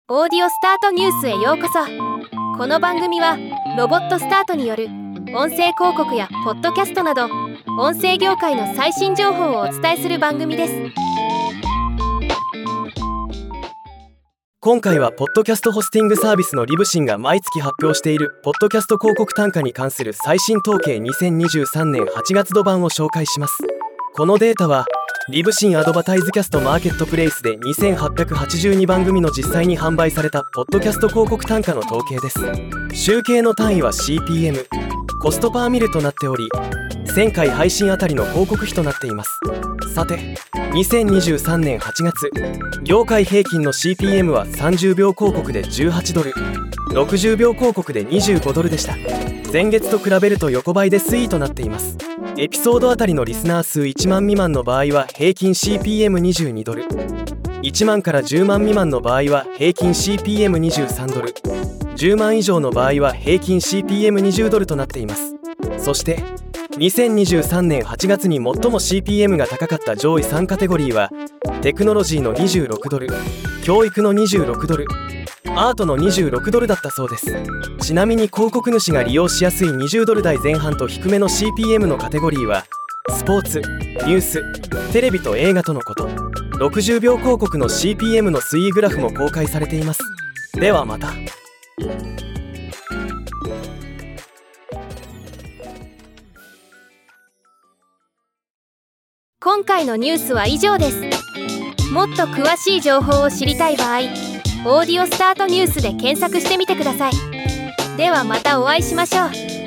オーディオスタートニュースへようこそ。この番組はロボットスタートによる音声広告やポッドキャストなど音声業界の最新情報をお伝えする番組です。 今回はポッドキャストホスティングサービスのリブシンが毎月発表しているポッドキャスト広告単価に関する最新統計2023年8月度版を紹介します。このデータはリブシンアドバタイズキャストマーケットプレイスで2882番組の実際に販売されたポッドキャスト広告単価の統計です。集計の単位は CPM コストパーミルとなっており、1000回配信あたりの広告費となっています。さて2023年8月業界平均の CPM は30秒広告で18ドル、60秒広告で25ドルでした。前月と比べると横ばいで推移となっています。エピソードあたりのリスナー数1万未満の場合は平均 CPM22 ドル、1万から10万未満の場合は平均 CPM23 ドル、10万以上の場合は平均 CPM20 ドルとなっています。そして2023年8月に最も CPM が高かった上位3カテゴリーはテクノロジーの26ドル、教育の26ドル、アートの26ドルだったそうです。ちなみに広告主が利用しやすい20ドル台前半と低めの CPM のカテゴリーはスポーツ、ニュース、テレビと映画とのこと。60秒広告の CPM の推移グラフも公開されています。ではまた。 今回のニュースは以上です。もっと詳しい情報を知りたい場合、オーディオスタートニュースで検索してみてください。ではまたお会いしましょう。